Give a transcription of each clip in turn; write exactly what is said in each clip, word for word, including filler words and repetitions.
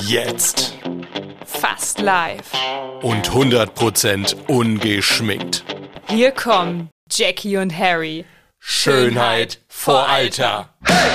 Jetzt. Fast live. Und hundert Prozent ungeschminkt. Hier kommen Jackie und Harry. Schönheit vor Alter.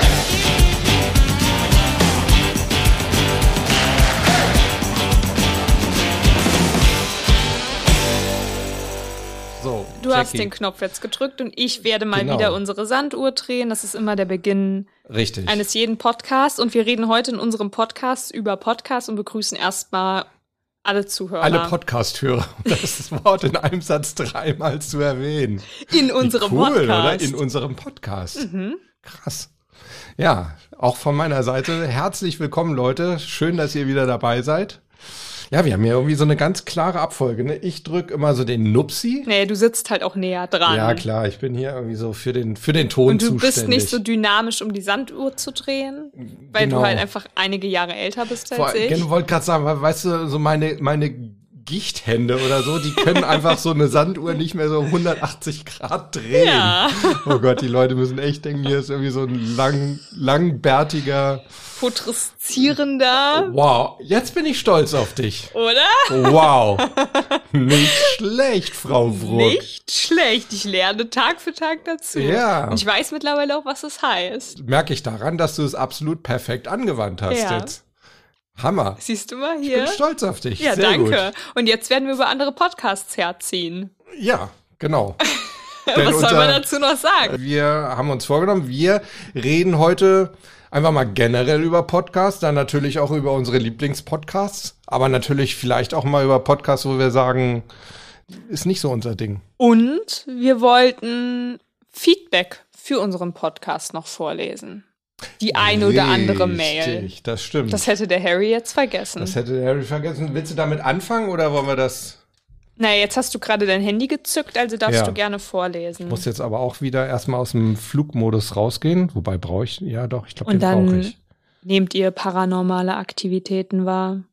So, Du Jackie. hast den Knopf jetzt gedrückt und ich werde mal Genau. wieder unsere Sanduhr drehen. Das ist immer der Beginn Richtig. eines jeden Podcasts. Und wir reden heute in unserem Podcast über Podcasts und begrüßen erstmal alle Zuhörer. Alle Podcast-Hörer, um das Wort in einem Satz dreimal zu erwähnen. in unserem Wie cool, Podcast. oder? In unserem Podcast. Krass. Ja, auch von meiner Seite herzlich willkommen, Leute. Schön, dass ihr wieder dabei seid. Ja, wir haben ja irgendwie so eine ganz klare Abfolge. Ne? Ich drück immer so den Nupsi. Nee, du sitzt halt auch näher dran. Ja, klar, ich bin hier irgendwie so für den, für den Ton Und du zuständig. bist nicht so dynamisch, um die Sanduhr zu drehen, weil Genau. du halt einfach einige Jahre älter bist als Vor- ich. Ich wollte gerade sagen, weißt du, so meine, meine Gichthände oder so, die können einfach so eine Sanduhr nicht mehr so um hundertachtzig Grad drehen. Ja. Oh Gott, die Leute müssen echt denken, hier ist irgendwie so ein lang, langbärtiger. Putreszierender, Wow, jetzt bin ich stolz auf dich. oder? Wow. Nicht schlecht, Frau Bruck. Nicht schlecht. Ich lerne Tag für Tag dazu. Ja. Und ich weiß mittlerweile auch, was es heißt. Merke ich daran, dass du es absolut perfekt angewandt hast Ja. jetzt. Hammer. Siehst du mal Ich hier? bin stolz auf dich. Ja, Sehr danke. Gut. Und jetzt werden wir über andere Podcasts herziehen. Ja, genau. Denn Was soll unser- man dazu noch sagen? Wir haben uns vorgenommen, wir reden heute einfach mal generell über Podcasts, dann natürlich auch über unsere Lieblingspodcasts, aber natürlich vielleicht auch mal über Podcasts, wo wir sagen, ist nicht so unser Ding. Und wir wollten Feedback für unseren Podcast noch vorlesen. Die eine oder andere Mail. Richtig, das stimmt. Das Das, hätte der Harry jetzt vergessen. hätte der Harry vergessen. Willst du damit anfangen oder wollen wir das? Naja, jetzt hast du gerade dein Handy gezückt, also darfst Ja. du gerne vorlesen. Ich muss jetzt aber auch wieder erstmal aus dem Flugmodus rausgehen, wobei brauche ich, ja doch, ich glaube, Und den brauche dann ich. nehmt ihr paranormale Aktivitäten wahr.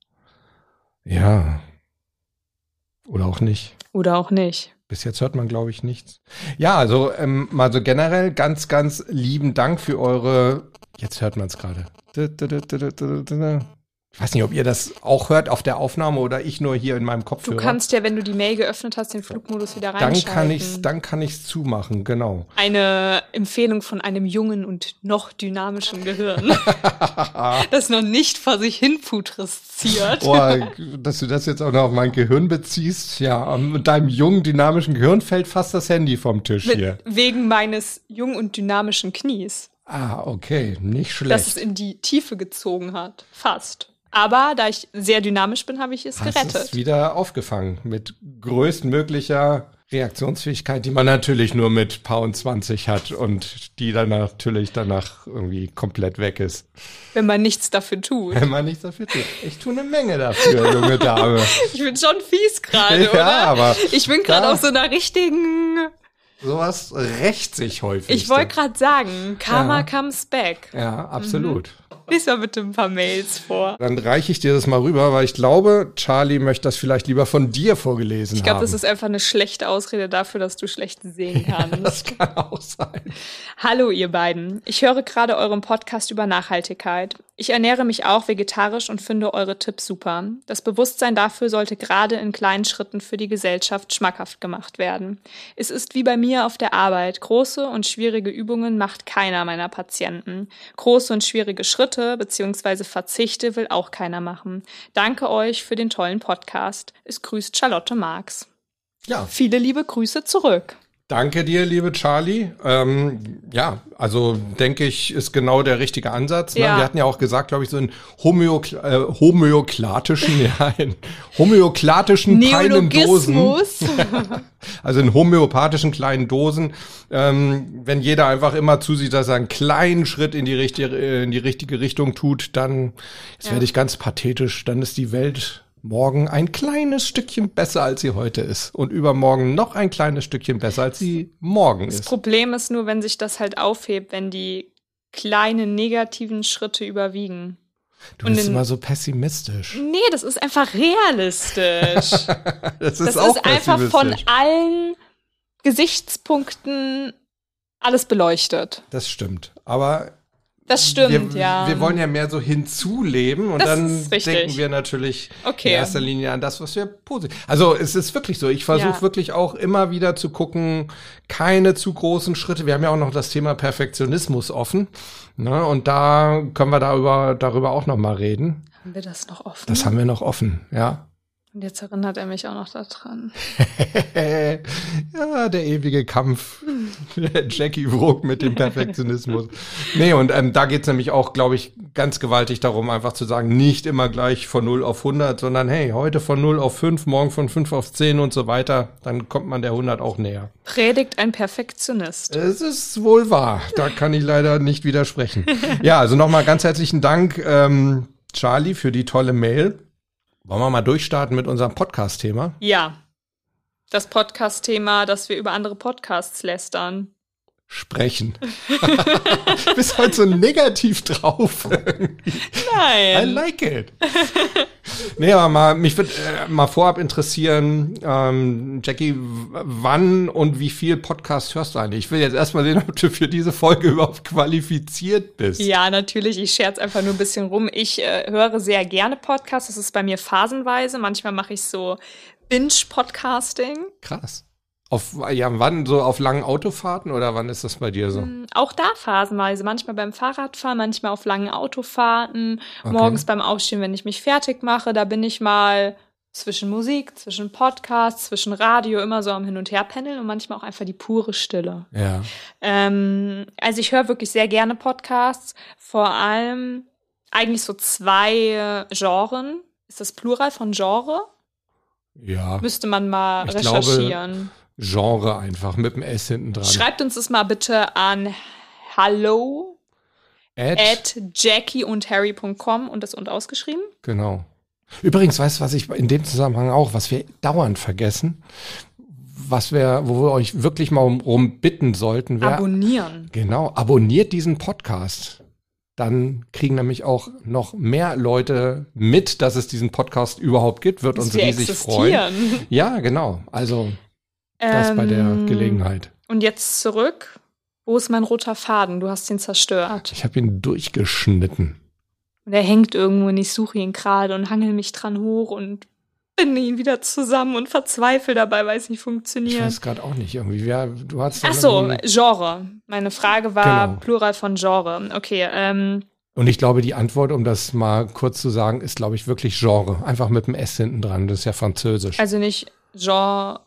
Ja. Oder auch nicht. Oder auch nicht. Bis jetzt hört man, glaube ich, nichts. Ja, also ähm, mal so generell ganz, ganz lieben Dank für eure, jetzt hört man es gerade. Ich weiß nicht, ob ihr das auch hört auf der Aufnahme oder ich nur hier in meinem Du Kopfhörer. kannst ja, wenn du die Mail geöffnet hast, den Flugmodus wieder dann reinschalten. kann ich's, dann kann ich's zumachen, genau. Eine Empfehlung von einem jungen und noch dynamischen Gehirn, das noch nicht vor sich hin putressiert. Boah, dass du das jetzt auch noch auf mein Gehirn beziehst, ja, mit deinem jungen, dynamischen Gehirn fällt fast das Handy vom Tisch hier. Mit, wegen meines jungen und dynamischen Knies, Ah, okay, nicht das es schlecht. in die Tiefe gezogen hat. Fast. Aber da ich sehr dynamisch bin, habe ich es Hast gerettet. es wieder aufgefangen mit größtmöglicher Reaktionsfähigkeit, die man natürlich nur mit Pound zwanzig hat und die dann natürlich danach irgendwie komplett weg ist, Wenn man nichts dafür tut. wenn man nichts dafür tut. Ich tue eine Menge dafür, junge Dame. Ich bin schon fies gerade, Ja, oder? aber Ich bin gerade da- auf so einer richtigen... Sowas rächt sich häufig. Ich wollte gerade sagen, Karma Ja. comes back. Ja, absolut. Lies mal bitte ein paar Mails vor. Dann reiche ich dir das mal rüber, weil ich glaube, Charlie möchte das vielleicht lieber von dir vorgelesen Ich glaube, haben. das ist einfach eine schlechte Ausrede dafür, dass du schlecht sehen kannst. Das kann auch sein. Hallo ihr beiden. Ich höre gerade euren Podcast über Nachhaltigkeit. Ich ernähre mich auch vegetarisch und finde eure Tipps super. Das Bewusstsein dafür sollte gerade in kleinen Schritten für die Gesellschaft schmackhaft gemacht werden. Es ist wie bei mir auf der Arbeit. Große und schwierige Übungen macht keiner meiner Patienten. Große und schwierige Schritte bzw. Verzichte will auch keiner machen. Danke euch für den tollen Podcast. Es grüßt Charlotte Marx. Ja, Viele liebe Grüße zurück. danke dir, liebe Charlie. Ähm, ja, also denke ich, ist genau der richtige Ansatz. Ne? Ja. Wir hatten ja auch gesagt, glaube ich, so in Homöokl äh, homöoklatischen, ja, in homöoklatischen kleinen Dosen. Neologismus. Also in homöopathischen kleinen Dosen, ähm, wenn jeder einfach immer zusieht, dass er einen kleinen Schritt in die richtige, in die richtige Richtung tut, dann, jetzt Ja. werde ich ganz pathetisch, dann ist die Welt morgen ein kleines Stückchen besser, als sie heute ist. Und übermorgen noch ein kleines Stückchen besser, als sie morgen Das ist. Problem ist nur, wenn sich das halt aufhebt, wenn die kleinen negativen Schritte überwiegen. Du und bist in- immer so pessimistisch. Nee, das ist einfach realistisch. Das ist Das auch ist einfach von pessimistisch. allen Gesichtspunkten alles beleuchtet. Das stimmt. Aber Das stimmt, wir, ja. Wir wollen ja mehr so hinzuleben und das dann ist richtig. denken wir natürlich okay. in erster Linie an das, was wir positiv. Also es ist wirklich so. Ich versuche ja. wirklich auch immer wieder zu gucken, keine zu großen Schritte. Wir haben ja auch noch das Thema Perfektionismus offen, ne? Und da können wir darüber, darüber auch noch mal reden. Haben wir das noch offen? Das haben wir noch offen, ja. Und jetzt erinnert er mich auch noch daran. Ja, der ewige Kampf. Der Jackie Wrook mit dem Perfektionismus. Nee, und ähm, da geht's nämlich auch, glaube ich, ganz gewaltig darum, einfach zu sagen, nicht immer gleich von null auf hundert, sondern hey, heute von null auf fünf, morgen von fünf auf zehn und so weiter. Dann kommt man der hundert auch näher. Predigt ein Perfektionist. Es ist wohl wahr. Da kann ich leider nicht widersprechen. Ja, also nochmal ganz herzlichen Dank, ähm, Charlie, für die tolle Mail. Wollen wir mal durchstarten mit unserem Podcast-Thema? Ja. Das Podcast-Thema, dass wir über andere Podcasts lästern. Sprechen. Du bist heute so negativ drauf. Nein. I like it. Nee, aber mal, mich würde äh, mal vorab interessieren, ähm, Jackie, w- wann und wie viel Podcast hörst du eigentlich? Ich will jetzt erstmal sehen, ob du für diese Folge überhaupt qualifiziert bist. Ja, natürlich. Ich scherze einfach nur ein bisschen rum. Ich äh, höre sehr gerne Podcasts. Das ist bei mir phasenweise. Manchmal mache ich so Binge-Podcasting. Krass. Auf, ja, wann? So auf langen Autofahrten oder wann ist das bei dir so? Auch da phasenweise. Manchmal beim Fahrradfahren, manchmal auf langen Autofahrten. Okay. Morgens beim Aufstehen, wenn ich mich fertig mache. Da bin ich mal zwischen Musik, zwischen Podcasts, zwischen Radio, immer so am Hin- und Her-Pendeln und manchmal auch einfach die pure Stille. Ja. Ähm, also ich höre wirklich sehr gerne Podcasts. Vor allem eigentlich so zwei Genren. Ist das Plural von Genre? Ja. Müsste man mal Ich recherchieren. Glaube, Genre einfach mit dem S hinten dran. Schreibt uns das mal bitte an hallo At, at jackie und harry punkt com und das und ausgeschrieben. Genau. Übrigens, weißt du, was ich in dem Zusammenhang auch, was wir dauernd vergessen, was wir, wo wir euch wirklich mal um, um bitten sollten, wäre, Abonnieren. genau, abonniert diesen Podcast. Dann kriegen nämlich auch noch mehr Leute mit, dass es diesen Podcast überhaupt gibt, wird Dass uns wir riesig existieren. freuen. Ja, genau. Also das Ähm, bei der Gelegenheit. Und jetzt zurück. Wo ist mein roter Faden? Du hast ihn zerstört. Ich habe ihn durchgeschnitten. Und er hängt irgendwo und ich suche ihn gerade und hangel mich dran hoch und binde ihn wieder zusammen und verzweifle dabei, weil es nicht Ich funktioniert. weiß gerade auch nicht irgendwie. Wer, du hast Ach so, Genre. Meine Frage war Genau. Plural von Genre. Okay, ähm, Und ich glaube, die Antwort, um das mal kurz zu sagen, ist, glaube ich, wirklich Genre. Einfach mit dem S hinten dran. Das ist ja französisch. also nicht Genres,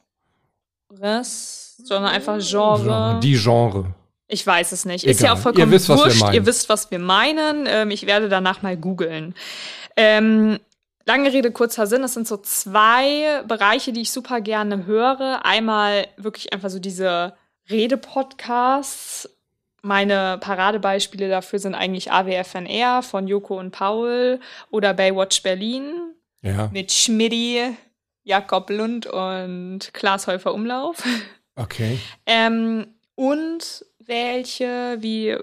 sondern einfach Genre. Die Genre. Ich weiß es nicht. Ist ja Egal. auch vollkommen Ihr wisst, was wir wurscht. meinen. Ihr wisst, was wir meinen. Ähm, ich werde danach mal googeln. Ähm, lange Rede, kurzer Sinn. Es sind so zwei Bereiche, die ich super gerne höre. Einmal wirklich einfach so diese Rede-Podcasts. Meine Paradebeispiele dafür sind eigentlich A W F N R von Joko und Paul oder Baywatch Berlin Ja, mit Schmidti, Jakob Lund und Klaas Häufer Umlauf. okay. Ähm, und welche wie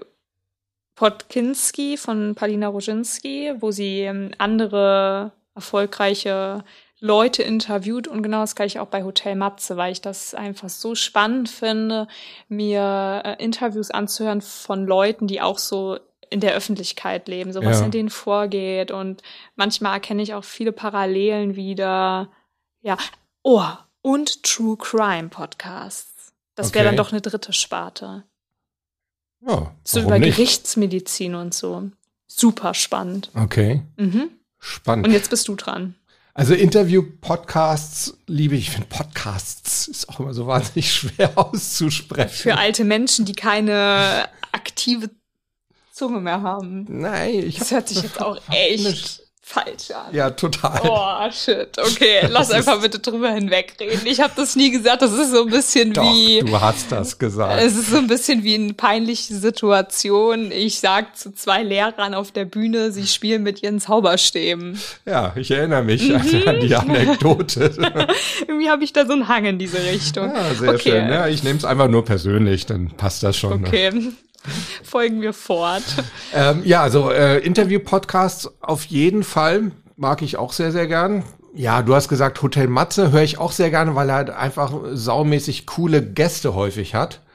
Podkinski von Palina Roginski, wo sie ähm, andere erfolgreiche Leute interviewt und genau das gleiche auch bei Hotel Matze, weil ich das einfach so spannend finde, mir äh, Interviews anzuhören von Leuten, die auch so in der Öffentlichkeit leben, so was Ja. in denen vorgeht und manchmal erkenne ich auch viele Parallelen wieder. Ja, oh, und True Crime Podcasts. Das wäre Okay. dann doch eine dritte Sparte. Ja, So warum über nicht? Gerichtsmedizin und so. Super spannend. Okay, Mhm. spannend. Und jetzt bist du dran. Also Interview-Podcasts liebe ich. Ich finde Podcasts ist auch immer so wahnsinnig schwer auszusprechen. Für alte Menschen, die keine aktive Zunge mehr haben. Nein, ich Das hab- hört sich jetzt auch hab echt nicht- falsch an. Ja, total. Oh, shit. Okay, lass einfach bitte drüber hinwegreden. Ich habe das nie gesagt. Das ist so ein bisschen Doch, wie... du hast das gesagt. Es ist so ein bisschen wie eine peinliche Situation. Ich sag zu zwei Lehrern auf der Bühne, sie spielen mit ihren Zauberstäben. Ja, ich erinnere mich Mhm. an, an die Anekdote. Irgendwie habe ich da so einen Hang in diese Richtung. Ja, sehr okay. schön. Ja, ich nehme es einfach nur persönlich, dann passt das schon. Ne? Okay, folgen wir fort. Ähm, ja, also äh, Interview-Podcasts auf jeden Fall mag ich auch sehr, sehr gern. Ja, du hast gesagt, Hotel Matze höre ich auch sehr gerne, weil er halt einfach saumäßig coole Gäste häufig hat.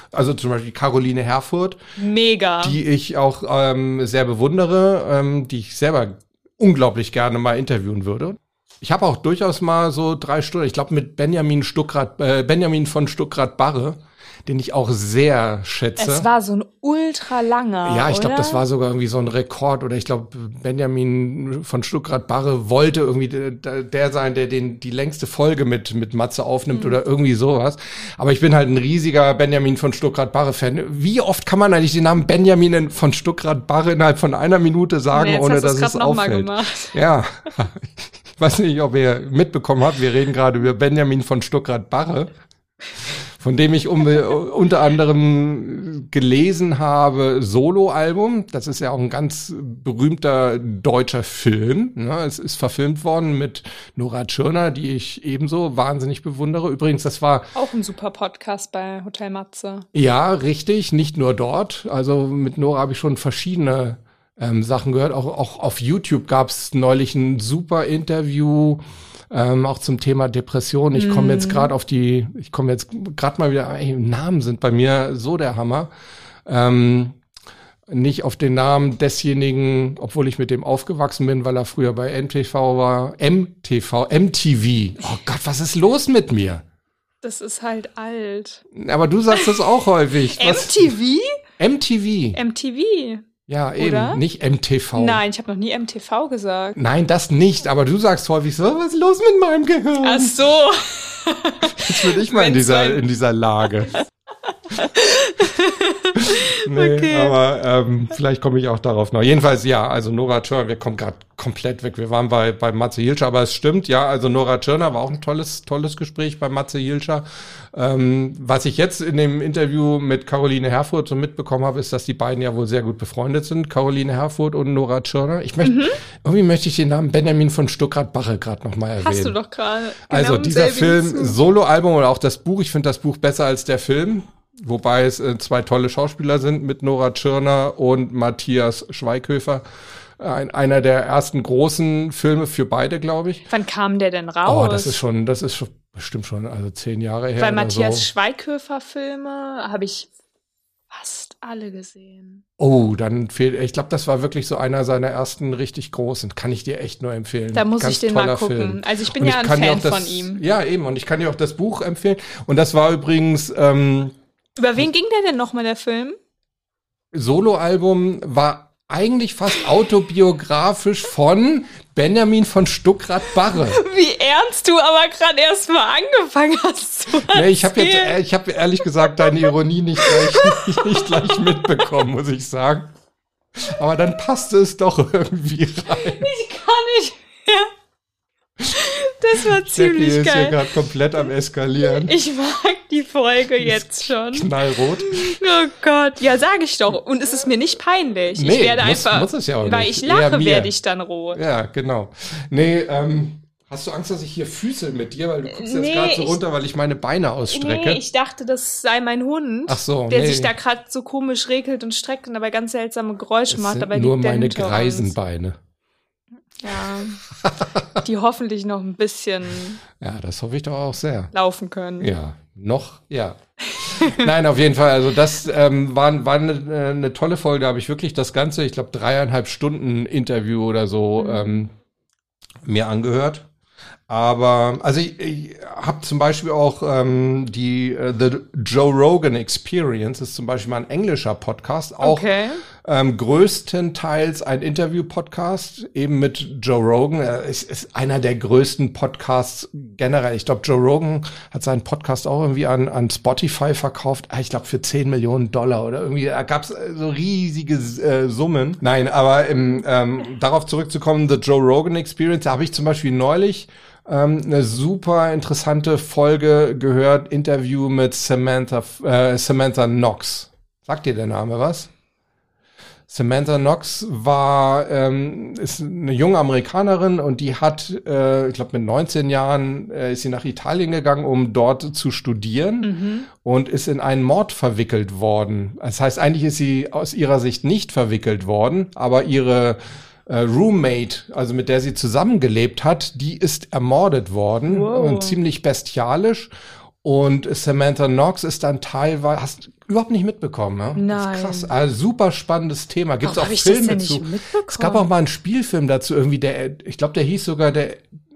Also zum Beispiel Caroline Herfurth. Mega. Die ich auch ähm, sehr bewundere, ähm, die ich selber unglaublich gerne mal interviewen würde. Ich habe auch durchaus mal so drei Stunden, ich glaube mit Benjamin Stuckrad, äh, Benjamin von Stuckrad-Barre, den ich auch sehr schätze. Es war so ein ultra langer, Ja, ich glaube, oder? das war sogar irgendwie so ein Rekord. Oder ich glaube, Benjamin von Stuckrad-Barre wollte irgendwie der, der sein, der den die längste Folge mit mit Matze aufnimmt mhm. oder irgendwie sowas. Aber ich bin halt ein riesiger Benjamin von Stuckrad-Barre-Fan. Wie oft kann man eigentlich den Namen Benjamin von Stuckrad-Barre innerhalb von einer Minute sagen, nee, ohne dass es noch auffällt? Mal gemacht. Ja, ich weiß nicht, ob ihr mitbekommen habt. Wir reden gerade über Benjamin von Stuckrad-Barre, von dem ich um, unter anderem gelesen habe, Solo-Album. Das ist ja auch ein ganz berühmter deutscher Film. Ne? Es ist verfilmt worden mit Nora Tschirner, die ich ebenso wahnsinnig bewundere. Übrigens, das war auch ein super Podcast bei Hotel Matze. Ja, richtig. Nicht nur dort. Also mit Nora habe ich schon verschiedene ähm, Sachen gehört. Auch, auch auf YouTube gab es neulich ein super Interview, Ähm, auch zum Thema Depression. Ich komme jetzt gerade auf die, ich komme jetzt gerade mal wieder, ey, Namen sind bei mir so der Hammer. Ähm, nicht auf den Namen desjenigen, obwohl ich mit dem aufgewachsen bin, weil er früher bei M T V war. M T V, M T V. Oh Gott, was ist los mit mir? Das ist halt alt. Aber du sagst das auch häufig. M T V? M T V. M T V. Ja, eben, Oder? nicht M T V. Nein, ich habe noch nie M T V gesagt. Nein, das nicht, aber du sagst häufig so, was ist los mit meinem Gehirn? Ach so. Jetzt bin ich mal in dieser, in dieser Lage. Nee, okay. Aber ähm, vielleicht komme ich auch darauf noch. Jedenfalls, ja, also Nora Tschirner, wir kommen gerade komplett weg. Wir waren bei bei Matze Hilscher, aber es stimmt, ja, also Nora Tschirner war auch ein tolles tolles Gespräch bei Matze Hilscher. Ähm, was ich jetzt in dem Interview mit Caroline Herfurth so mitbekommen habe, ist, dass die beiden ja wohl sehr gut befreundet sind, Caroline Herfurth und Nora Tschirner. Ich möchte, mhm. irgendwie möchte ich den Namen Benjamin von Stuckrad-Barre gerade nochmal erwähnen. Hast du doch gerade. Genau also dieser Film, Soloalbum oder auch das Buch, ich finde das Buch besser als der Film. Wobei es äh, zwei tolle Schauspieler sind mit Nora Tschirner und Matthias Schweighöfer. Ein, einer der ersten großen Filme für beide, glaube ich. Wann kam der denn raus? Oh, das ist schon, das ist schon, bestimmt schon, also zehn Jahre her. Weil Matthias so. Schweighöfer-Filme habe ich fast alle gesehen. Oh, dann fehlt, ich glaube, das war wirklich so einer seiner ersten richtig großen. Kann ich dir echt nur empfehlen. Da muss Ganz ich den mal gucken. Film. Also ich bin und ja ich ein Fan das, von ihm. Ja, eben. Und ich kann dir auch das Buch empfehlen. Und das war übrigens ähm, Über wen ging der denn nochmal, der Film? Soloalbum war eigentlich fast autobiografisch von Benjamin von Stuckrad-Barre. Wie ernst du aber gerade erst mal angefangen hast zu erzählen. Nee, ich habe jetzt, ich habe ehrlich gesagt deine Ironie nicht gleich, nicht, nicht gleich mitbekommen, muss ich sagen. Aber dann passte es doch irgendwie rein. Ich kann nicht mehr. Das war ziemlich Jackie geil. ist hier gerade komplett am Eskalieren. Ich mag die Folge jetzt schon. Knallrot. Oh Gott, ja, sag ich doch. Und es ist mir nicht peinlich. Nee, ich werde muss, einfach, muss es ja auch weil nicht. ich lache, Eher mir. werde ich dann rot. Ja, genau. Nee, ähm, hast du Angst, dass ich hier füßel mit dir? Weil du guckst Nee, jetzt gerade so ich- runter, weil ich meine Beine ausstrecke. Nee, ich dachte, das sei mein Hund, Ach so, der nee. sich da gerade so komisch regelt und streckt und dabei ganz seltsame Geräusche Das macht. sind Dabei nur liegt der meine hinter uns. Greisenbeine. Ja, die hoffentlich noch ein bisschen Ja, das hoffe ich doch auch sehr. laufen können. Ja, noch, ja. Nein, auf jeden Fall. Also das ähm, war, war eine, eine tolle Folge. Da habe ich wirklich das ganze, ich glaube, dreieinhalb Stunden Interview oder so Mhm. ähm, mir angehört. Aber, also ich, ich habe zum Beispiel auch ähm, die äh, The Joe Rogan Experience, ist zum Beispiel mal ein englischer Podcast, auch Okay. ähm, größtenteils ein Interview-Podcast, eben mit Joe Rogan. Er ist, ist einer der größten Podcasts generell. Ich glaube, Joe Rogan hat seinen Podcast auch irgendwie an, an Spotify verkauft. Ich glaube, für zehn Millionen Dollar oder irgendwie. Da gab es so riesige äh, Summen. Nein, aber im, ähm, darauf zurückzukommen, The Joe Rogan Experience, da habe ich zum Beispiel neulich ähm, eine super interessante Folge gehört, Interview mit Samantha, äh, Samantha Knox. Sagt dir der Name was? Samantha Knox war ähm, ist eine junge Amerikanerin und die hat, äh, ich glaube mit neunzehn Jahren äh, ist sie nach Italien gegangen, um dort zu studieren Mhm. und ist in einen Mord verwickelt worden. Das heißt, eigentlich ist sie aus ihrer Sicht nicht verwickelt worden, aber ihre äh, Roommate, also mit der sie zusammengelebt hat, die ist ermordet worden Wow. und ziemlich bestialisch. Und Samantha Knox ist dann teilweise, hast überhaupt nicht mitbekommen, ne? Nein. Das ist krass. Also super spannendes Thema. Gibt's Warum auch hab ich Filme das denn zu. nicht mitbekommen? Es gab auch mal einen Spielfilm dazu, irgendwie, der, ich glaube, der hieß sogar der,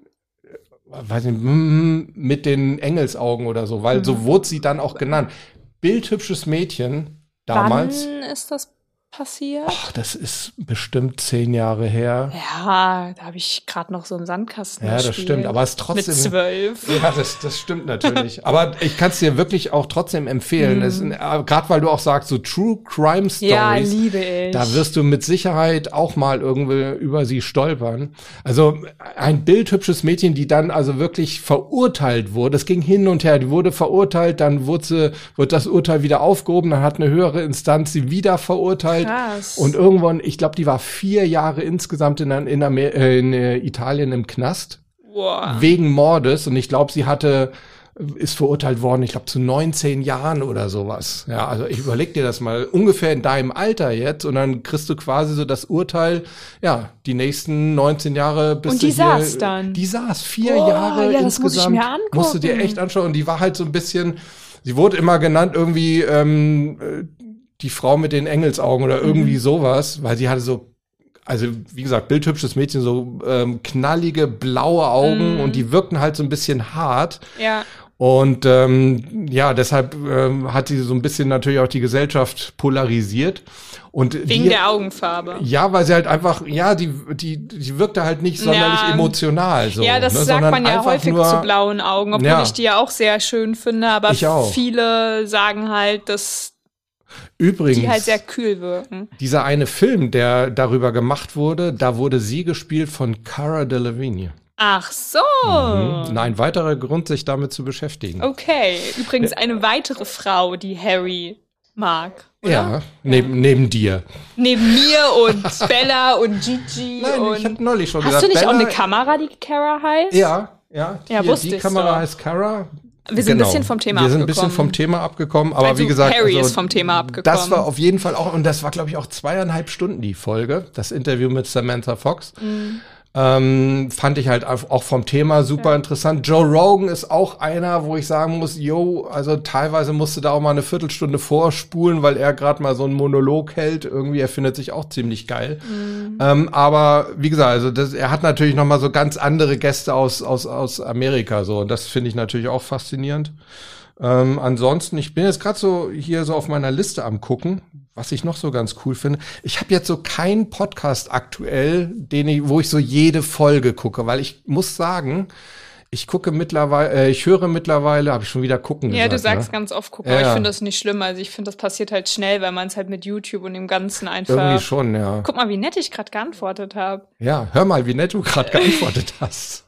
weiß nicht, mit den Engelsaugen oder so, weil mhm. so wurde sie dann auch genannt. Bildhübsches Mädchen damals. Wann ist das passiert? Ach, das ist bestimmt zehn Jahre her. Ja, da habe ich gerade noch so im Sandkasten Ja, das gespielt. stimmt, aber es ist trotzdem. Mit zwölf. Ja, das, das stimmt natürlich. Aber ich kann es dir wirklich auch trotzdem empfehlen. Mm. Gerade weil du auch sagst, so True Crime Stories. Ja, liebe ich. Da wirst du mit Sicherheit auch mal irgendwie über sie stolpern. Also ein bildhübsches Mädchen, die dann also wirklich verurteilt wurde. Es ging hin und her. Die wurde verurteilt, dann wurde, sie, wurde das Urteil wieder aufgehoben, dann hat eine höhere Instanz sie wieder verurteilt. Krass. Und irgendwann, ich glaube, die war vier Jahre insgesamt in, in, Amer äh, in äh, Italien im Knast. Wow. Wegen Mordes. Und ich glaube, sie hatte, ist verurteilt worden, ich glaube, zu neunzehn Jahren oder sowas. Ja, also ich überleg dir das mal, ungefähr in deinem Alter jetzt. Und dann kriegst du quasi so das Urteil, ja, die nächsten neunzehn Jahre bis Und die du hier, saß dann? Die saß vier Oh, Jahre ja, das insgesamt. muss ich mir angucken. Musst du dir echt anschauen. Und die war halt so ein bisschen, sie wurde immer genannt irgendwie, ähm, die Frau mit den Engelsaugen oder irgendwie mhm. sowas, weil sie hatte so, also wie gesagt, bildhübsches Mädchen, so ähm, knallige blaue Augen mhm. und die wirkten halt so ein bisschen hart. Ja. Und ähm, ja, deshalb ähm, hat sie so ein bisschen natürlich auch die Gesellschaft polarisiert. Und wegen die, der Augenfarbe. Ja, weil sie halt einfach, ja, die die die wirkte halt nicht sonderlich ja. emotional. So, ja, das ne, sagt man ja häufig nur, zu blauen Augen, obwohl ja. ich die ja auch sehr schön finde, aber viele sagen halt, dass Übrigens, die halt sehr kühl wirken. Dieser eine Film, der darüber gemacht wurde, da wurde sie gespielt von Cara Delevingne. Ach so. Mhm. Ein weiterer Grund, sich damit zu beschäftigen. Okay. Übrigens eine weitere Frau, die Harry mag. Oder? Ja, neben, neben dir. Neben mir und Bella und Gigi. Nein, und ich habe neulich schon hast gesagt. Hast du nicht Bella, auch eine Kamera, die Cara heißt? Ja, ja. Ja, hier, wusste die ich Kamera so. heißt Cara. Wir sind genau. ein bisschen vom Thema Wir abgekommen. sind ein bisschen vom Thema abgekommen, aber also wie gesagt, Harry also, ist vom Thema abgekommen. Das war auf jeden Fall auch, und das war, glaube ich, auch zweieinhalb Stunden die Folge, das Interview mit Samantha Fox. Mhm. Ähm, fand ich halt auch vom Thema super ja. interessant. Joe Rogan ist auch einer, wo ich sagen muss, yo, also teilweise musste da auch mal eine Viertelstunde vorspulen, weil er gerade mal so einen Monolog hält. Irgendwie, er findet sich auch ziemlich geil. Mhm. Ähm, aber wie gesagt, also das, er hat natürlich noch mal so ganz andere Gäste aus aus aus Amerika so, und das finde ich natürlich auch faszinierend. Ähm, ansonsten, ich bin jetzt gerade so hier so auf meiner Liste am gucken, was ich noch so ganz cool finde. Ich habe jetzt so keinen Podcast aktuell, den ich, wo ich so jede Folge gucke, weil ich muss sagen, ich gucke mittlerweile, äh, ich höre mittlerweile, habe ich schon wieder gucken Ja, gesagt, du sagst ne? ganz oft gucken, ja. aber ich finde das nicht schlimm. Also ich finde, das passiert halt schnell, weil man es halt mit YouTube und dem Ganzen einfach. Irgendwie schon, ja. Guck mal, wie nett ich gerade geantwortet habe. Ja, hör mal, wie nett du gerade geantwortet hast.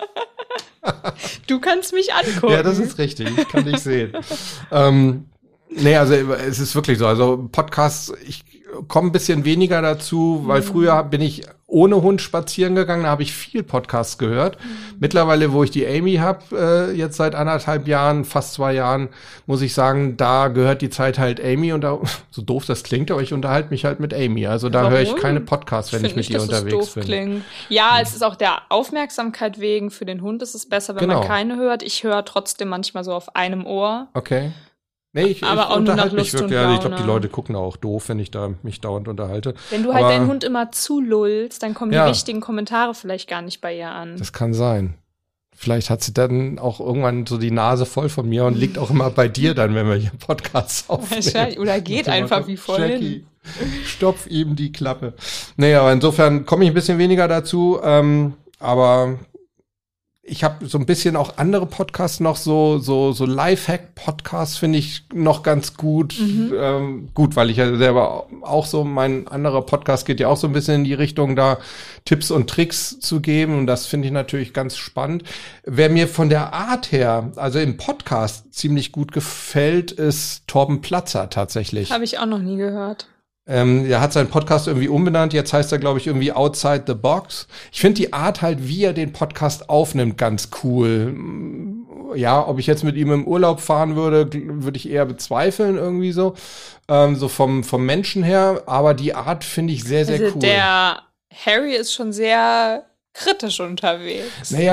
Du kannst mich angucken. Ja, das ist richtig, ich kann dich sehen. ähm, nee, also es ist wirklich so, also Podcasts, ich komme ein bisschen weniger dazu, weil mhm. früher bin ich ohne Hund spazieren gegangen, da habe ich viel Podcasts gehört. Mhm. Mittlerweile, wo ich die Amy habe, äh, jetzt seit anderthalb Jahren, fast zwei Jahren, muss ich sagen, da gehört die Zeit halt Amy, und da, so doof das klingt, aber ich unterhalte mich halt mit Amy. Also da höre ich keine Podcasts, wenn ich, ich mit ihr unterwegs doof bin. Klingt. Ja, mhm. es ist auch der Aufmerksamkeit wegen, für den Hund ist es besser, wenn genau. man keine hört. Ich höre trotzdem manchmal so auf einem Ohr. Okay. Nee, ich, aber ich auch nur nach Lust wirklich, und ja, ich glaube, Laune. die Leute gucken auch doof, wenn ich da mich dauernd unterhalte. Wenn du halt aber, deinen Hund immer zulullst, dann kommen ja, die wichtigen Kommentare vielleicht gar nicht bei ihr an. Das kann sein. Vielleicht hat sie dann auch irgendwann so die Nase voll von mir und liegt auch immer bei dir dann, wenn wir hier Podcasts aufnehmen. Oder geht einfach wie vorhin. Jackie, stopf ihm die Klappe. Nee, aber insofern komme ich ein bisschen weniger dazu, ähm, aber ich habe so ein bisschen auch andere Podcasts noch, so so so Lifehack-Podcasts finde ich noch ganz gut. Mhm. Ähm, gut, weil ich ja selber auch so, mein anderer Podcast geht ja auch so ein bisschen in die Richtung, da Tipps und Tricks zu geben, und das finde ich natürlich ganz spannend. Wer mir von der Art her, also im Podcast, ziemlich gut gefällt, ist Torben Platzer tatsächlich. Habe ich auch noch nie gehört. Ähm, er hat seinen Podcast irgendwie umbenannt. Jetzt heißt er, glaube ich, irgendwie Outside the Box. Ich finde die Art halt, wie er den Podcast aufnimmt, ganz cool. Ja, ob ich jetzt mit ihm im Urlaub fahren würde, würde ich eher bezweifeln irgendwie so. Ähm, so vom, vom Menschen her. Aber die Art finde ich sehr, sehr also cool. Der Harry ist schon sehr kritisch unterwegs. Naja,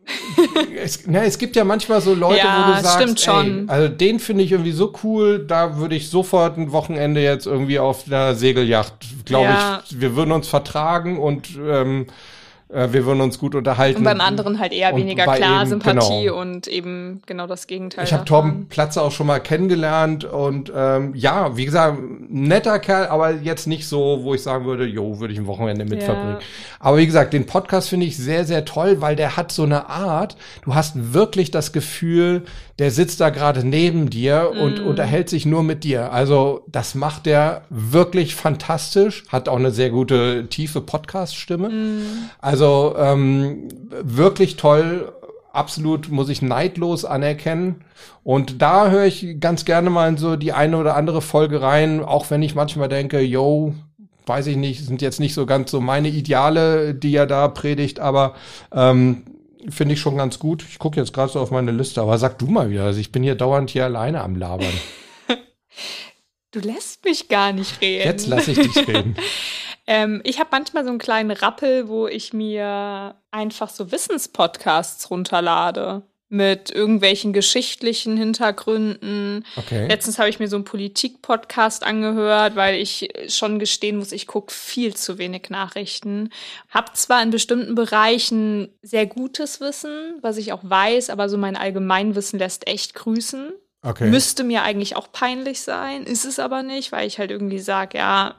es, na, es gibt ja manchmal so Leute, ja, wo du sagst, stimmt schon. Ey, also den finde ich irgendwie so cool, da würde ich sofort ein Wochenende jetzt irgendwie auf einer Segelyacht, glaube Ja. ich, wir würden uns vertragen und ähm, äh, wir würden uns gut unterhalten. Und beim anderen halt eher Und weniger bei klar eben, Sympathie genau. und eben genau das Gegenteil. Ich habe Torben Platzer auch schon mal kennengelernt und ähm, ja, wie gesagt, netter Kerl, aber jetzt nicht so, wo ich sagen würde, jo, würde ich ein Wochenende mit Ja. verbringen. Aber wie gesagt, den Podcast finde ich sehr, sehr toll, weil der hat so eine Art, du hast wirklich das Gefühl, der sitzt da gerade neben dir und Mm. unterhält sich nur mit dir. Also das macht der wirklich fantastisch, hat auch eine sehr gute, tiefe Podcast-Stimme. Mm. Also ähm, wirklich toll. Absolut, muss ich neidlos anerkennen. Und da höre ich ganz gerne mal in so die eine oder andere Folge rein, auch wenn ich manchmal denke, yo, weiß ich nicht, sind jetzt nicht so ganz so meine Ideale, die er da predigt, aber ähm, finde ich schon ganz gut. Ich gucke jetzt gerade so auf meine Liste, aber sag du mal wieder, also ich bin hier dauernd hier alleine am Labern. Du lässt mich gar nicht reden. Jetzt lasse ich dich reden. Ähm, ich habe manchmal so einen kleinen Rappel, wo ich mir einfach so Wissenspodcasts runterlade mit irgendwelchen geschichtlichen Hintergründen. Okay. Letztens habe ich mir so einen Politik-Podcast angehört, weil ich schon gestehen muss, ich gucke viel zu wenig Nachrichten. Hab zwar in bestimmten Bereichen sehr gutes Wissen, was ich auch weiß, aber so mein Allgemeinwissen lässt echt grüßen. Okay. Müsste mir eigentlich auch peinlich sein, ist es aber nicht, weil ich halt irgendwie sage, ja,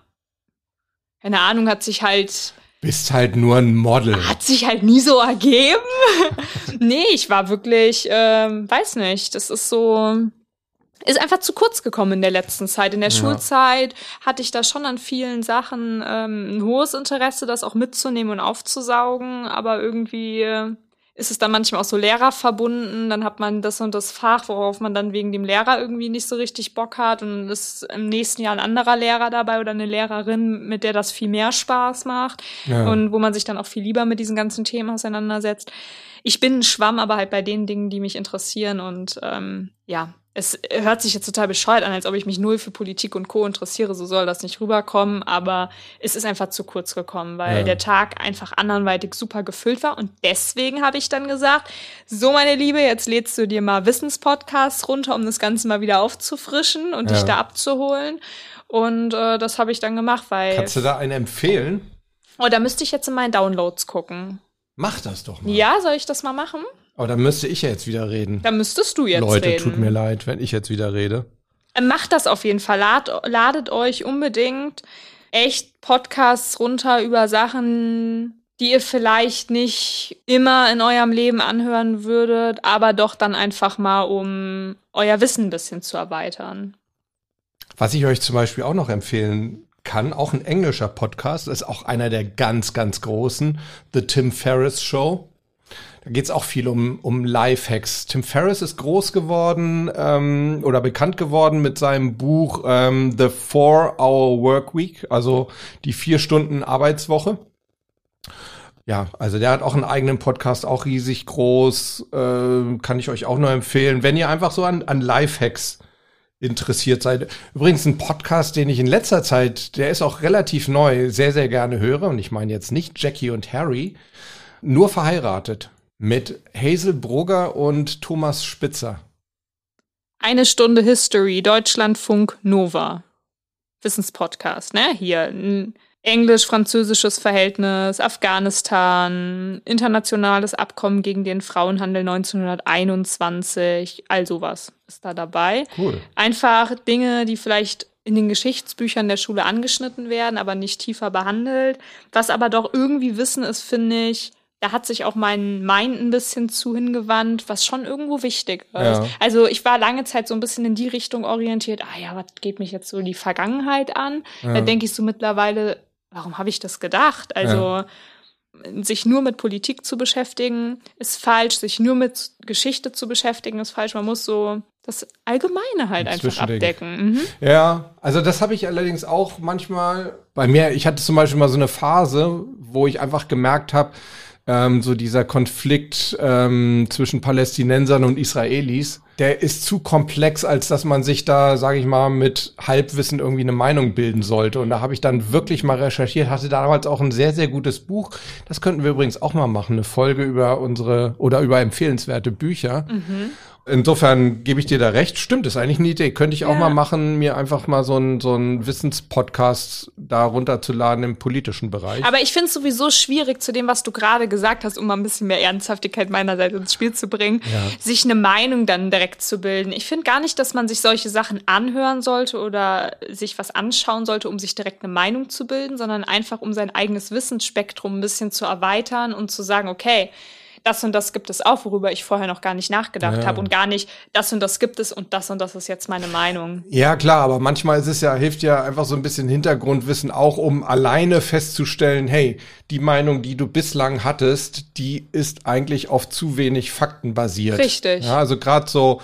keine Ahnung, hat sich halt Bist halt nur ein Model. hat sich halt nie so ergeben. Nee, ich war wirklich, ähm, weiß nicht, das ist so, ist einfach zu kurz gekommen in der letzten Zeit. In der Ja. Schulzeit hatte ich da schon an vielen Sachen ähm, ein hohes Interesse, das auch mitzunehmen und aufzusaugen, aber irgendwie äh, ist es dann manchmal auch so lehrerverbunden, dann hat man das und das Fach, worauf man dann wegen dem Lehrer irgendwie nicht so richtig Bock hat und dann ist im nächsten Jahr ein anderer Lehrer dabei oder eine Lehrerin, mit der das viel mehr Spaß macht Ja. und wo man sich dann auch viel lieber mit diesen ganzen Themen auseinandersetzt. Ich bin ein Schwamm, aber halt bei den Dingen, die mich interessieren und ähm, ja, es hört sich jetzt total bescheuert an, als ob ich mich null für Politik und Co. interessiere, so soll das nicht rüberkommen, aber es ist einfach zu kurz gekommen, weil Ja. der Tag einfach anderweitig super gefüllt war und deswegen habe ich dann gesagt, so meine Liebe, jetzt lädst du dir mal Wissenspodcasts runter, um das Ganze mal wieder aufzufrischen und Ja. dich da abzuholen und äh, das habe ich dann gemacht, weil Kannst du da einen empfehlen? oh, da müsste ich jetzt in meinen Downloads gucken. Mach das doch mal. Ja, soll ich das mal machen? Aber dann müsste ich ja jetzt wieder reden. Da müsstest du jetzt Leute, reden. tut mir leid, wenn ich jetzt wieder rede. Macht das auf jeden Fall. Lad, ladet euch unbedingt echt Podcasts runter über Sachen, die ihr vielleicht nicht immer in eurem Leben anhören würdet, aber doch dann einfach mal, um euer Wissen ein bisschen zu erweitern. Was ich euch zum Beispiel auch noch empfehlen kann, auch ein englischer Podcast, ist auch einer der ganz, ganz großen, The Tim Ferriss Show. Da geht es auch viel um, um Lifehacks. Tim Ferriss ist groß geworden ähm, oder bekannt geworden mit seinem Buch ähm, The Four-Hour Workweek, also die Vier-Stunden-Arbeitswoche. Ja, also der hat auch einen eigenen Podcast, auch riesig groß, äh, kann ich euch auch nur empfehlen, wenn ihr einfach so an, an Lifehacks interessiert seid. Übrigens ein Podcast, den ich in letzter Zeit, der ist auch relativ neu, sehr, sehr gerne höre. Und ich meine jetzt nicht Jackie und Harry, nur verheiratet mit Hazel Brugger und Thomas Spitzer. Eine Stunde History, Deutschlandfunk Nova. Wissenspodcast, ne? Hier ein englisch-französisches Verhältnis, Afghanistan, internationales Abkommen gegen den Frauenhandel neunzehnhunderteinundzwanzig, all sowas ist da dabei. Cool. Einfach Dinge, die vielleicht in den Geschichtsbüchern der Schule angeschnitten werden, aber nicht tiefer behandelt. Was aber doch irgendwie Wissen ist, finde ich, da hat sich auch mein Mind ein bisschen zu hingewandt, was schon irgendwo wichtig ist. Ja. Also ich war lange Zeit so ein bisschen in die Richtung orientiert, ah ja, was geht mich jetzt so die Vergangenheit an? Ja. Da denke ich so mittlerweile, warum habe ich das gedacht? Also Ja. sich nur mit Politik zu beschäftigen, ist falsch. Sich nur mit Geschichte zu beschäftigen, ist falsch. Man muss so das Allgemeine halt Ein einfach Zwischending. abdecken. Mhm. Ja, also das habe ich allerdings auch manchmal bei mir. Ich hatte zum Beispiel mal so eine Phase, wo ich einfach gemerkt habe, ähm, so dieser Konflikt ähm, zwischen Palästinensern und Israelis, der ist zu komplex, als dass man sich da, sage ich mal, mit Halbwissen irgendwie eine Meinung bilden sollte. Und da habe ich dann wirklich mal recherchiert, hatte damals auch ein sehr, sehr gutes Buch. Das könnten wir übrigens auch mal machen, eine Folge über unsere oder über empfehlenswerte Bücher. Mhm. Insofern gebe ich dir da recht. Stimmt, ist eigentlich eine Idee. Könnte ich auch ja. mal machen, mir einfach mal so einen so einen Wissenspodcast da runterzuladen im politischen Bereich. Aber ich finde es sowieso schwierig, zu dem, was du gerade gesagt hast, um mal ein bisschen mehr Ernsthaftigkeit meinerseits ins Spiel zu bringen, ja. sich eine Meinung dann direkt zu bilden. Ich finde gar nicht, dass man sich solche Sachen anhören sollte oder sich was anschauen sollte, um sich direkt eine Meinung zu bilden, sondern einfach, um sein eigenes Wissensspektrum ein bisschen zu erweitern und zu sagen, okay, das und das gibt es auch, worüber ich vorher noch gar nicht nachgedacht ja. habe und gar nicht, das und das gibt es und das und das ist jetzt meine Meinung. Ja, klar, aber manchmal ist es ja, hilft ja einfach so ein bisschen Hintergrundwissen auch, um alleine festzustellen, hey, die Meinung, die du bislang hattest, die ist eigentlich auf zu wenig Fakten basiert. Richtig. Ja, also gerade so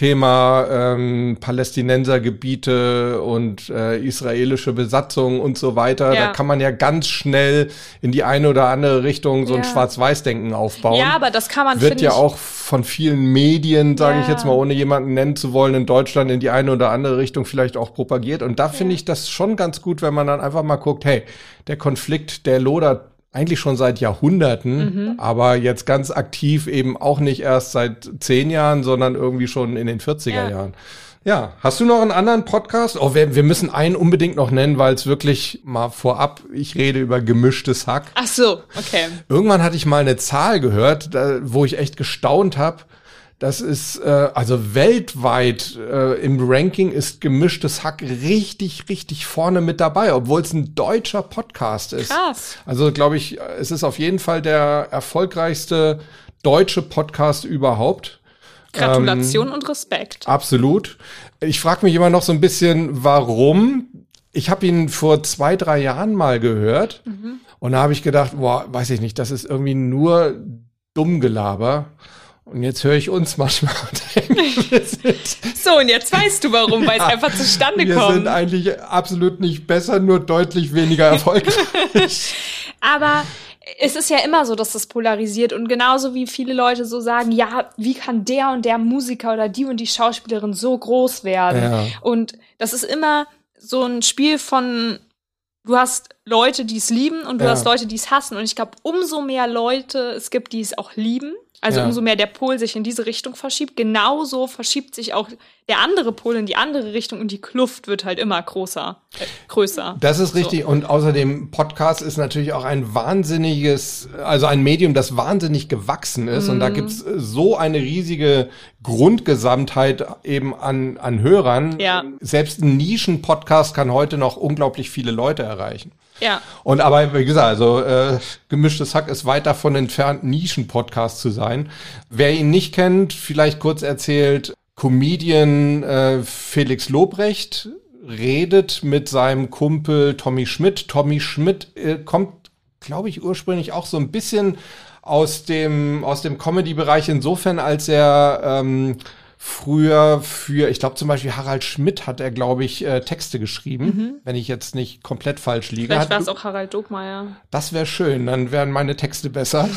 Thema ähm, Palästinensergebiete und äh, israelische Besatzung und so weiter. Ja. Da kann man ja ganz schnell in die eine oder andere Richtung so ein ja. Schwarz-Weiß-Denken aufbauen. Ja, aber das kann man, Wird ja ich auch von vielen Medien, sage ja. ich jetzt mal, ohne jemanden nennen zu wollen, in Deutschland in die eine oder andere Richtung vielleicht auch propagiert. Und da ja. finde ich das schon ganz gut, wenn man dann einfach mal guckt, hey, der Konflikt, der lodert eigentlich schon seit Jahrhunderten, mhm. aber jetzt ganz aktiv eben auch nicht erst seit zehn Jahren, sondern irgendwie schon in den vierziger ja. Jahren. Ja, hast du noch einen anderen Podcast? Oh, wir, wir müssen einen unbedingt noch nennen, weil es wirklich mal vorab, ich rede über gemischtes Hack. Ach so, okay. Irgendwann hatte ich mal eine Zahl gehört, da, wo ich echt gestaunt habe. Das ist, äh, also weltweit äh, im Ranking ist gemischtes Hack richtig, richtig vorne mit dabei, obwohl es ein deutscher Podcast ist. Krass. Also glaube ich, es ist auf jeden Fall der erfolgreichste deutsche Podcast überhaupt. Gratulation ähm, und Respekt. Absolut. Ich frage mich immer noch so ein bisschen, warum. Ich habe ihn vor zwei, drei Jahren mal gehört mhm. und da habe ich gedacht, boah, weiß ich nicht, das ist irgendwie nur Dummgelaber. Und jetzt höre ich uns manchmal denken, wir sind so, und jetzt weißt du warum, weil es ja, einfach zustande wir kommt. Wir sind eigentlich absolut nicht besser, nur deutlich weniger erfolgreich. Aber es ist ja immer so, dass das polarisiert und genauso wie viele Leute so sagen, ja, wie kann der und der Musiker oder die und die Schauspielerin so groß werden? Ja. Und das ist immer so ein Spiel von, du hast Leute, die es lieben und du ja. hast Leute, die es hassen. Und ich glaube, umso mehr Leute es gibt, die es auch lieben, also ja. umso mehr der Pol sich in diese Richtung verschiebt, genauso verschiebt sich auch der andere Pol in die andere Richtung und die Kluft wird halt immer größer, äh, größer. Das ist richtig. So. Und außerdem, Podcast ist natürlich auch ein wahnsinniges, also ein Medium, das wahnsinnig gewachsen ist. Mm. Und da gibt's so eine riesige Grundgesamtheit eben an, an Hörern. Ja. Selbst ein Nischen-Podcast kann heute noch unglaublich viele Leute erreichen. Ja. Und aber, wie gesagt, also äh, gemischtes Hack ist weit davon entfernt, Nischen-Podcast zu sein. Wer ihn nicht kennt, vielleicht kurz erzählt, Comedian äh, Felix Lobrecht redet mit seinem Kumpel Tommy Schmidt. Tommy Schmidt äh, kommt, glaube ich, ursprünglich auch so ein bisschen aus dem aus dem Comedy-Bereich insofern, als er ähm, früher für, ich glaube zum Beispiel Harald Schmidt hat er, glaube ich, äh, Texte geschrieben, mhm. wenn ich jetzt nicht komplett falsch liege. Vielleicht war es auch Harald Dockmeier. Das wäre schön, dann wären meine Texte besser.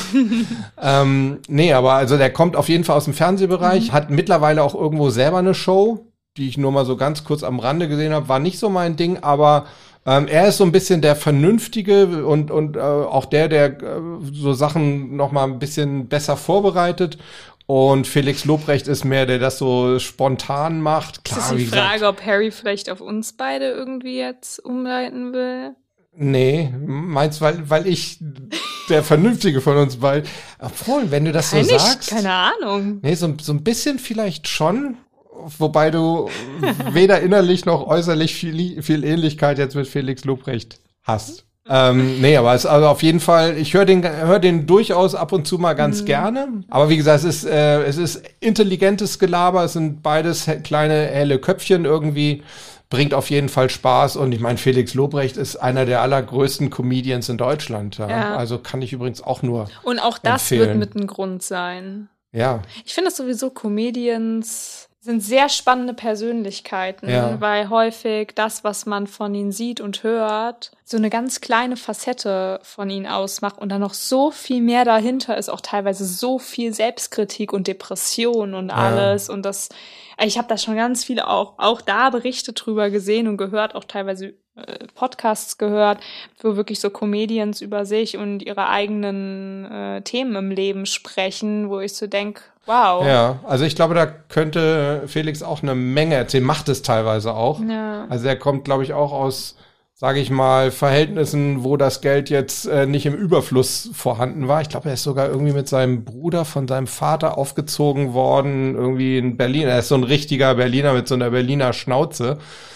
ähm, nee, aber also der kommt auf jeden Fall aus dem Fernsehbereich, mhm. hat mittlerweile auch irgendwo selber eine Show, die ich nur mal so ganz kurz am Rande gesehen habe, war nicht so mein Ding, aber ähm, er ist so ein bisschen der Vernünftige und und äh, auch der, der äh, so Sachen noch mal ein bisschen besser vorbereitet. Und Felix Lobrecht ist mehr, der das so spontan macht. Klar, ist das die Frage, ob Harry vielleicht auf uns beide irgendwie jetzt umleiten will? Nee, meinst weil weil ich der Vernünftige von uns beiden. Obwohl, wenn du das Kann so ich, sagst. Keine Ahnung. Nee, so, so ein bisschen vielleicht schon. Wobei du weder innerlich noch äußerlich viel, viel Ähnlichkeit jetzt mit Felix Lobrecht hast. Ähm, nee, aber es ist also auf jeden Fall, ich höre den, hör den durchaus ab und zu mal ganz mhm. gerne. Aber wie gesagt, es ist, äh, es ist intelligentes Gelaber, es sind beides he- kleine, helle Köpfchen irgendwie, bringt auf jeden Fall Spaß. Und ich meine, Felix Lobrecht ist einer der allergrößten Comedians in Deutschland. Ja? Ja. Also kann ich übrigens auch nur Und auch das empfehlen. Wird mit ein Grund sein. Ja. Ich finde das sowieso Comedians sind sehr spannende Persönlichkeiten, Ja. weil häufig das, was man von ihnen sieht und hört, so eine ganz kleine Facette von ihnen ausmacht und dann noch so viel mehr dahinter ist, auch teilweise so viel Selbstkritik und Depression und alles. Ja. Und das, ich habe da schon ganz viele auch, auch da Berichte drüber gesehen und gehört, auch teilweise äh, Podcasts gehört, wo wirklich so Comedians über sich und ihre eigenen äh, Themen im Leben sprechen, wo ich so denke, wow. Ja, also ich glaube, da könnte Felix auch eine Menge erzählen, macht es teilweise auch. Ja. Also er kommt, glaube ich, auch aus, sage ich mal, Verhältnissen, wo das Geld jetzt äh, nicht im Überfluss vorhanden war. Ich glaube, er ist sogar irgendwie mit seinem Bruder von seinem Vater aufgezogen worden, irgendwie in Berlin. Er ist so ein richtiger Berliner mit so einer Berliner Schnauze.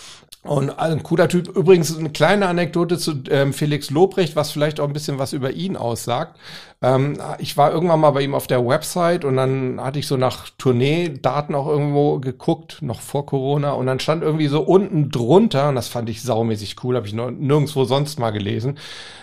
Und ein cooler Typ. Übrigens eine kleine Anekdote zu ähm, Felix Lobrecht, was vielleicht auch ein bisschen was über ihn aussagt. Ähm, ich war irgendwann mal bei ihm auf der Website und dann hatte ich so nach Tourneedaten auch irgendwo geguckt, noch vor Corona. Und dann stand irgendwie so unten drunter, und das fand ich saumäßig cool, habe ich noch nirgendwo sonst mal gelesen,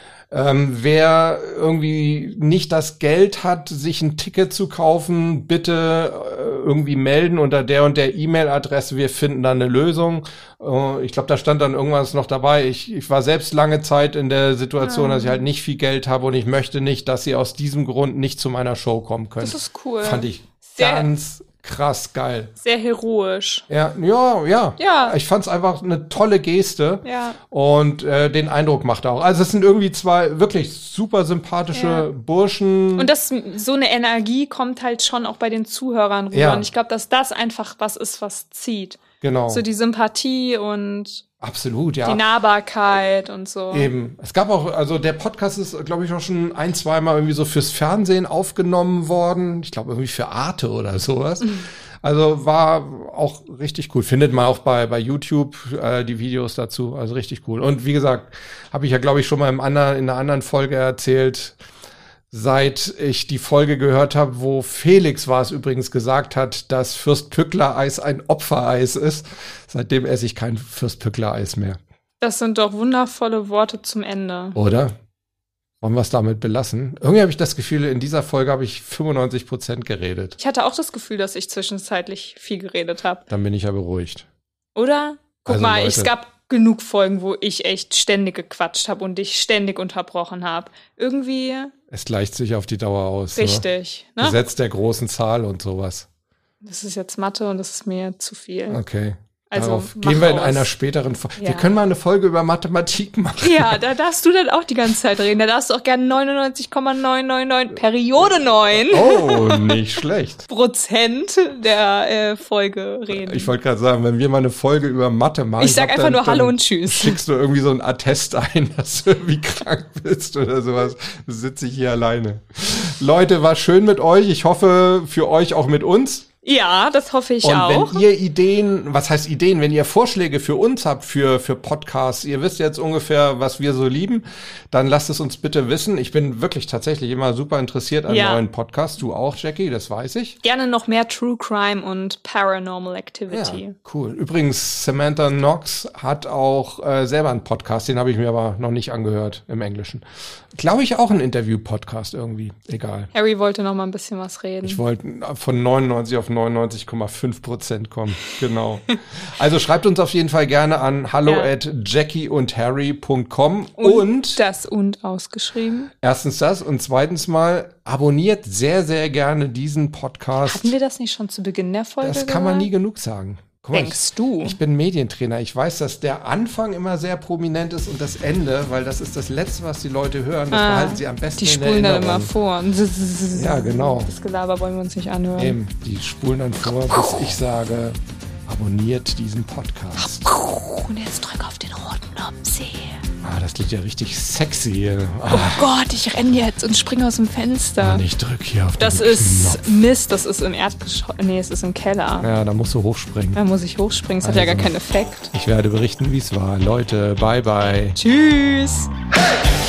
Ähm, wer irgendwie nicht das Geld hat, sich ein Ticket zu kaufen, bitte äh, irgendwie melden unter der und der E-Mail-Adresse. Wir finden da eine Lösung. Äh, ich glaube, da stand dann irgendwas noch dabei. Ich, ich war selbst lange Zeit in der Situation, mhm. dass ich halt nicht viel Geld habe und ich möchte nicht, dass sie aus diesem Grund nicht zu meiner Show kommen können. Das ist cool. Fand ich Sehr ganz krass geil. Sehr heroisch. Ja, ja, ja. Ja. Ich fand's einfach eine tolle Geste. Ja. Und äh, den Eindruck macht er auch. Also es sind irgendwie zwei wirklich super sympathische Ja. Burschen. Und das, so eine Energie kommt halt schon auch bei den Zuhörern rüber. Ja. Und ich glaube, dass das einfach was ist, was zieht. Genau. So die Sympathie und Absolut, ja. die Nahbarkeit und so. Eben. Es gab auch, also der Podcast ist, glaube ich, auch schon ein, zweimal irgendwie so fürs Fernsehen aufgenommen worden. Ich glaube irgendwie für Arte oder sowas. Mhm. Also war auch richtig cool. Findet man auch bei bei YouTube äh, die Videos dazu. Also richtig cool. Und wie gesagt, habe ich ja, glaube ich, schon mal im anderen, in einer anderen Folge erzählt, seit ich die Folge gehört habe, wo Felix war es übrigens gesagt hat, dass Fürst-Pückler-Eis ein Opfereis ist. Seitdem esse ich kein Fürst-Pückler-Eis mehr. Das sind doch wundervolle Worte zum Ende. Oder? Wollen wir es damit belassen? Irgendwie habe ich das Gefühl, in dieser Folge habe ich fünfundneunzig Prozent geredet. Ich hatte auch das Gefühl, dass ich zwischenzeitlich viel geredet habe. Dann bin ich ja beruhigt. Oder? Guck Also, mal, Leute. es gab genug Folgen, wo ich echt ständig gequatscht habe und dich ständig unterbrochen habe. Irgendwie Es gleicht sich auf die Dauer aus. richtig. Ne? Ne? Gesetz der großen Zahl und sowas. Das ist jetzt Mathe und das ist mir zu viel. Okay. Also, Darauf mach gehen wir in aus. einer späteren Folge. Ja. Wir können mal eine Folge über Mathematik machen. Ja, da darfst du dann auch die ganze Zeit reden. Da darfst du auch gerne neunundneunzig Komma neun neun neun Periode neun Oh, nicht schlecht. Prozent der äh, Folge reden. Ich wollte gerade sagen, wenn wir mal eine Folge über Mathe machen. Ich sag glaub, einfach dann, nur Hallo dann und Tschüss. Schickst du irgendwie so ein Attest ein, dass du irgendwie krank bist oder sowas. Sitze ich hier alleine. Leute, war schön mit euch. Ich hoffe, für euch auch mit uns. Ja, das hoffe ich Und auch. wenn ihr Ideen, was heißt Ideen, wenn ihr Vorschläge für uns habt, für für Podcasts, ihr wisst jetzt ungefähr, was wir so lieben, dann lasst es uns bitte wissen. Ich bin wirklich tatsächlich immer super interessiert an Ja. neuen Podcasts. Du auch, Jackie, das weiß ich. Gerne noch mehr True Crime und Paranormal Activity. Ja, cool. Übrigens, Samantha Knox hat auch äh, selber einen Podcast, den habe ich mir aber noch nicht angehört im Englischen. Glaube ich auch ein Interview-Podcast irgendwie, egal. Harry wollte noch mal ein bisschen was reden. Ich wollte von neunundneunzig auf neunundneunzig Komma fünf Prozent kommen. Genau. Also schreibt uns auf jeden Fall gerne an hallo Ja. at jackie und harry punkt com und, und das und ausgeschrieben. erstens das und zweitens mal abonniert sehr, sehr gerne diesen Podcast. Hatten wir das nicht schon zu Beginn der Folge Das kann man gesagt? nie genug sagen. Guck mal, Denkst du? Ich bin Medientrainer. Ich weiß, dass der Anfang immer sehr prominent ist und das Ende, weil das ist das Letzte, was die Leute hören. Das Ah, behalten sie am besten Die in spulen dann Erinnerung. immer vor. Ja, genau. Das Gelaber wollen wir uns nicht anhören. Eben, die spulen dann vor, bis ich sage, abonniert diesen Podcast. Und jetzt drück auf den roten Knopf. Ah, das klingt ja richtig sexy. Ah, Oh Gott, ich renne jetzt und springe aus dem Fenster. und ich drück hier auf Das den ist Knopf. Mist, das ist im Erdgeschoss. Nee, es ist im Keller. Ja, da musst du hochspringen. Da muss ich hochspringen, es hat ja Also. gar keinen Effekt. Ich werde berichten, wie es war. Leute, bye bye. Tschüss. Hey!